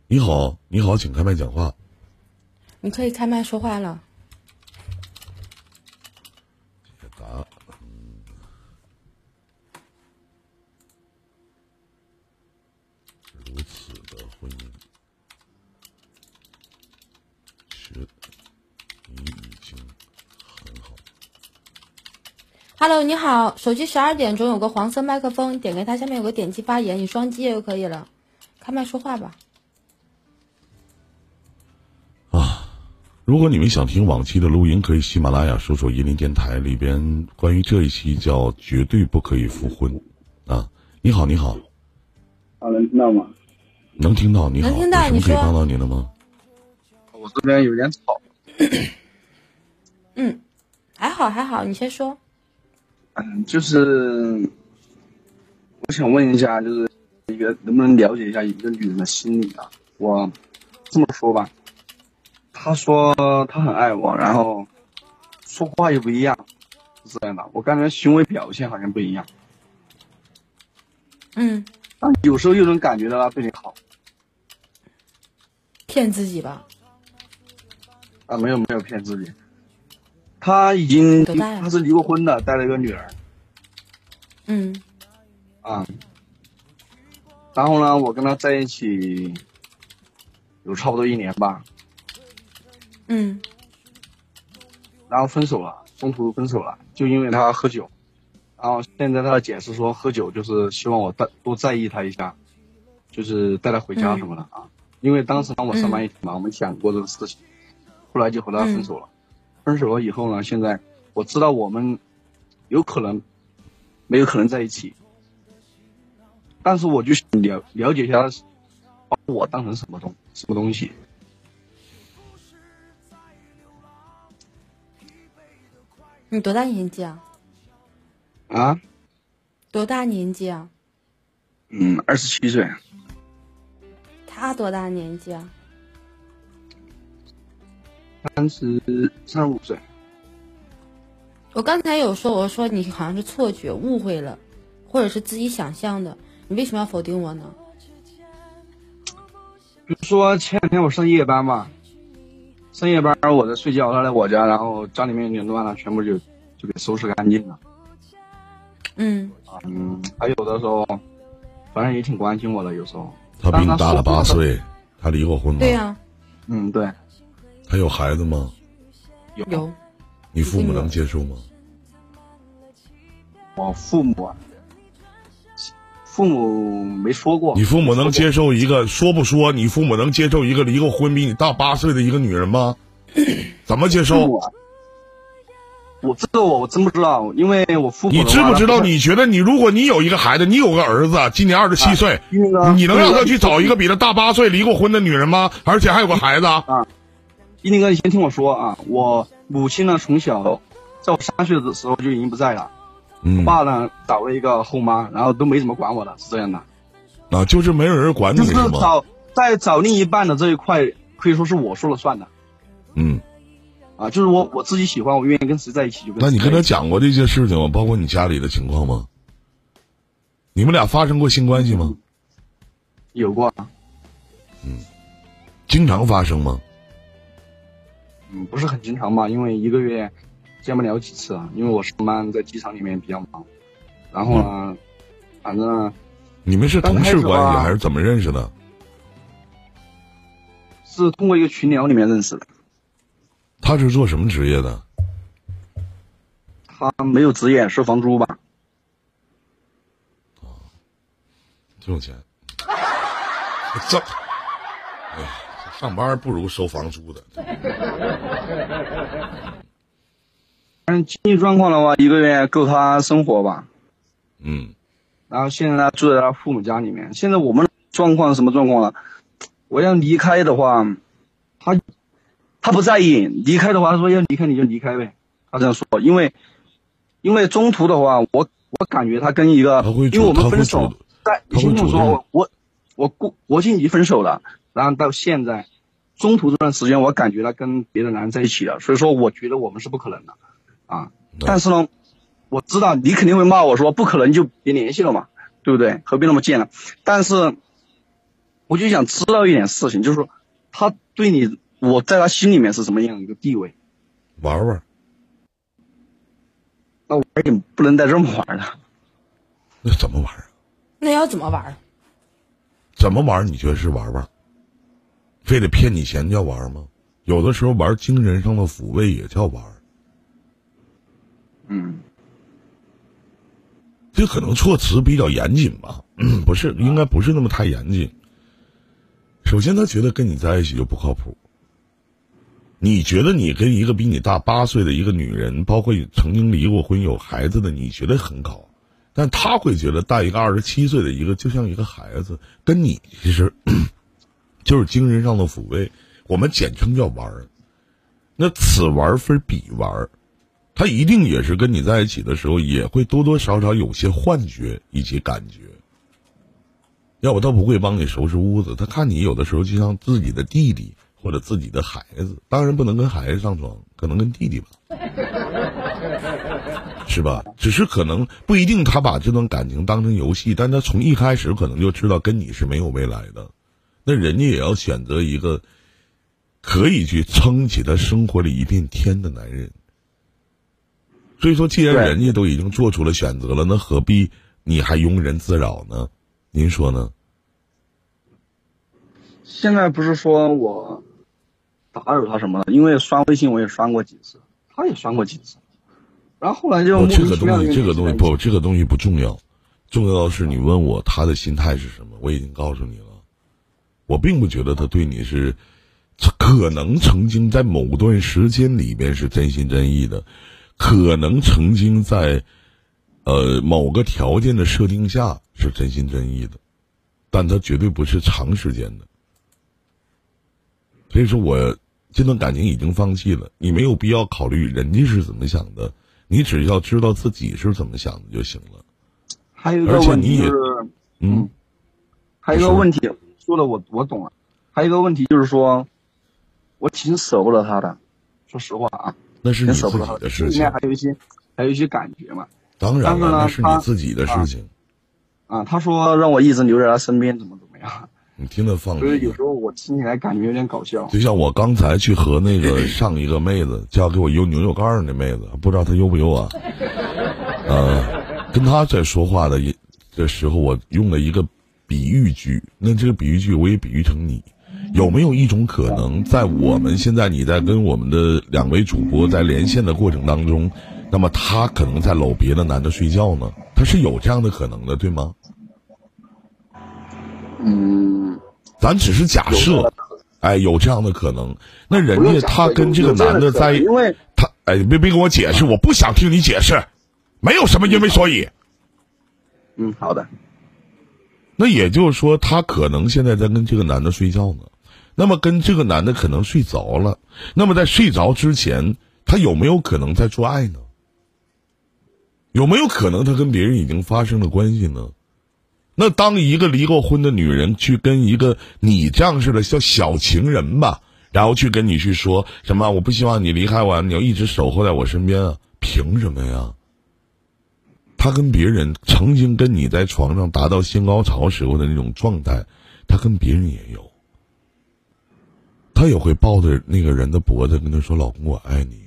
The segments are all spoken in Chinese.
你好，你好，请开麦讲话。 你可以开麦说话了。 解答。如此的婚姻，你已经很好。 Hello， 你好，手机12点钟有个黄色麦克风，点开它下面有个点击发言，你双击就可以了。开麦说话吧。 如果你们想听往期的录音，可以喜马拉雅搜索110电台里边关于这一期叫绝对不可以复婚啊。你好，你好。 能听到吗？ 能听到，你好。 能听到， 有什么可以帮到你的吗？ 我这边有点吵。 还好，你先说。 就是我想问一下，就是能不能了解一下一个女人的心理啊？我这么说吧，她说她很爱我，然后说话又不一样，是这样的。我感觉行为表现好像不一样。但有时候又能感觉到她对你好。 骗自己吧。 没有骗自己。他是离过婚的，带了一个女儿。然后呢，我跟他在一起有差不多1年吧。然后分手了，中途分手了，就因为他喝酒。然后现在他的解释说，喝酒就是希望我多在意他一下，就是带他回家什么的啊。因为当时让我上班一天嘛，我们想过这个事情，后来就和他分手了。分手了以后呢，现在我知道我们没有可能在一起，但是我就想了解一下，把我当成什么东西。 你多大年纪啊？多大年纪啊 ？27岁。 他多大年纪啊 ？35岁。 我刚才有说，我说你好像是错觉、误会了，或者是自己想象的，你为什么要否定我呢？ 比如说前2天我上夜班嘛，上夜班我在睡觉，他来我家，然后家里面乱了，全部就给收拾干净了。还有的时候，反正也挺关心我的，有时候。 他比你大了8岁，他离过婚吗？ 对呀。 对。 他有孩子吗？ 有。 你父母能接受吗？ 我父母没说过。 你父母能接受一个说不说？你父母能接受一个离过婚比你大8岁的一个女人吗？怎么接受？ 我真不知道，因为我父母。 你知不知道？你觉得如果你有一个孩子，你有个儿子，今年27岁，你能让他去找一个比他大8岁离过婚的女人吗？而且还有个孩子一林哥，你先听我说啊，我母亲呢从小在我3岁的时候就已经不在了。我爸呢找了一个后妈，然后都没怎么管我的，是这样的。 就是没有人管你是吗？ 就是在找另一半的这一块，可以说是我说了算的。就是我自己喜欢，我愿意跟谁在一起就跟谁在一起。 那你跟他讲过这些事情吗？包括你家里的情况吗？你们俩发生过性关系吗？ 有过。 经常发生吗？ 不是很经常吧，因为1个月见不了几次啊，因为我上班在机场里面比较忙。然后呢，反正你们是同事关系还是怎么认识的？ 是通过一个群聊里面认识的。 他是做什么职业的？ 他没有职业，收房租吧。 挣钱。上班不如收房租的。 经济状况的话，1个月够他生活吧。然后现在他住在他父母家里面。现在我们状况是什么状况呢？我要离开的话，他不在意。离开的话，他说要离开你就离开呗。他这样说，因为中途的话，我感觉他跟一个，因为我们分手，你先听我说，我国庆节分手了，然后到现在中途这段时间，我感觉他跟别的男人在一起了，所以说我觉得我们是不可能的啊。但是呢，我知道你肯定会骂我说不可能就别联系了嘛，对不对？何必那么贱呢？但是我就想知道一点事情，就是说他对你，我在他心里面是什么样一个地位？ 玩玩。 那玩也不能再这么玩了。 那怎么玩啊？ 那要怎么玩？ 怎么玩？你觉得是玩玩？非得骗你钱叫玩吗？有的时候玩精神上的抚慰也叫玩。这可能措辞比较严谨吧，不是，应该不是那么太严谨。首先他觉得跟你在一起就不靠谱，你觉得你跟一个比你大8岁的一个女人，包括曾经离过婚有孩子的，你觉得很好，但他会觉得带一个27岁的一个就像一个孩子，跟你其实就是精神上的抚慰，我们简称叫玩。那此玩非彼玩，他一定也是跟你在一起的时候也会多多少少有些幻觉以及感觉，要不他不会帮你收拾屋子，他看你有的时候就像自己的弟弟或者自己的孩子，当然不能跟孩子上床，可能跟弟弟吧，是吧？只是可能不一定他把这段感情当成游戏，但他从一开始可能就知道跟你是没有未来的，那人家也要选择一个可以去撑起他生活里一片天的男人。所以说既然人家都已经做出了选择了，那何必你还庸人自扰呢？您说呢？ 现在不是说我打扰他什么了，因为刷微信我也刷过几次，他也刷过几次，然后后来就这个东西不重要，重要的是你问我他的心态是什么，我已经告诉你了。我并不觉得他对你是可能曾经在某段时间里边是真心真意的，可能曾经在某个条件的设定下是真心真意的，但他绝对不是长时间的。所以说我这段感情已经放弃了，你没有必要考虑人家是怎么想的，你只要知道自己是怎么想的就行了。 还有一个问题就是还有一个问题说的我懂了，还有一个问题就是说我挺舍不得他的，说实话啊， 那是你自己的事情， 里面还有一些感觉嘛。 当然了，那是你自己的事情。 他说让我一直留在他身边，怎么样？ 你听得放？ 所以有时候我听起来感觉有点搞笑。 就像我刚才去和那个上一个妹子交给我邮牛肉干的那妹子，不知道她邮不邮啊？跟她在说话的时候，我用了一个比喻句，那这个比喻句我也比喻成你。有没有一种可能，在我们现在你在跟我们的2位主播在连线的过程当中，那么他可能在搂别的男的睡觉呢？他是有这样的可能的，对吗？咱只是假设，有这样的可能。那人家他跟这个男的在， 因为他别跟我解释，我不想听你解释，没有什么因为所以。 好的。 那也就是说，他可能现在在跟这个男的睡觉呢。那么跟这个男的可能睡着了，那么在睡着之前，他有没有可能在做爱呢？有没有可能他跟别人已经发生了关系呢？那当一个离过婚的女人去跟一个你这样式的叫小情人吧，然后去跟你去说什么我不希望你离开我，你要一直守候在我身边啊，凭什么呀？他跟别人曾经跟你在床上达到性高潮时候的那种状态，他跟别人也有，他也会抱着那个人的脖子跟他说老公我爱你，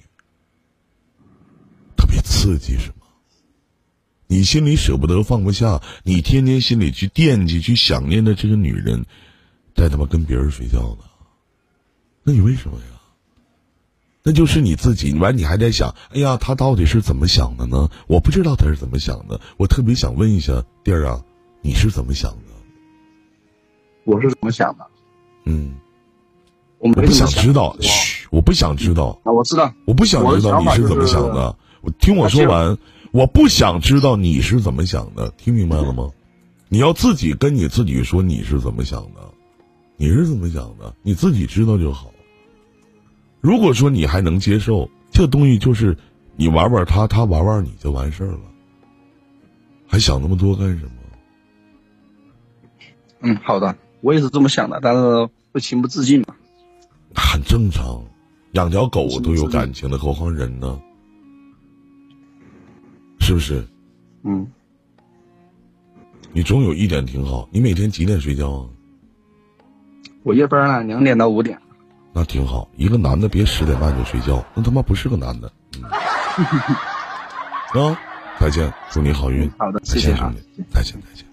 特别刺激是吗？你心里舍不得放不下，你天天心里去惦记去想念的这个女人在他妈跟别人睡觉呢，那你为什么呀？那就是你自己，完你还在想，哎呀，他到底是怎么想的呢？我不知道他是怎么想的，我特别想问一下弟儿啊，你是怎么想的？ 我是怎么想的？ 我不想知道，我不想知道。 我知道， 我不想知道你是怎么想的。听我说完，我不想知道你是怎么想的，听明白了吗？你要自己跟你自己说你是怎么想的，你是怎么想的，你自己知道就好。如果说你还能接受，这东西就是你玩玩他，他玩玩你就完事儿了，还想那么多干什么？ 好的，我也是这么想的，但是会情不自禁嘛。 很正常，养条狗都有感情的，何况人呢？是不是？ 嗯。 你总有一点挺好，你每天几点睡觉啊？ 我夜班呢，2点到5点。 那挺好，一个男的别10点半就睡觉，那他妈不是个男的。啊，再见，祝你好运。 好的， 再见，兄弟，再见，再见。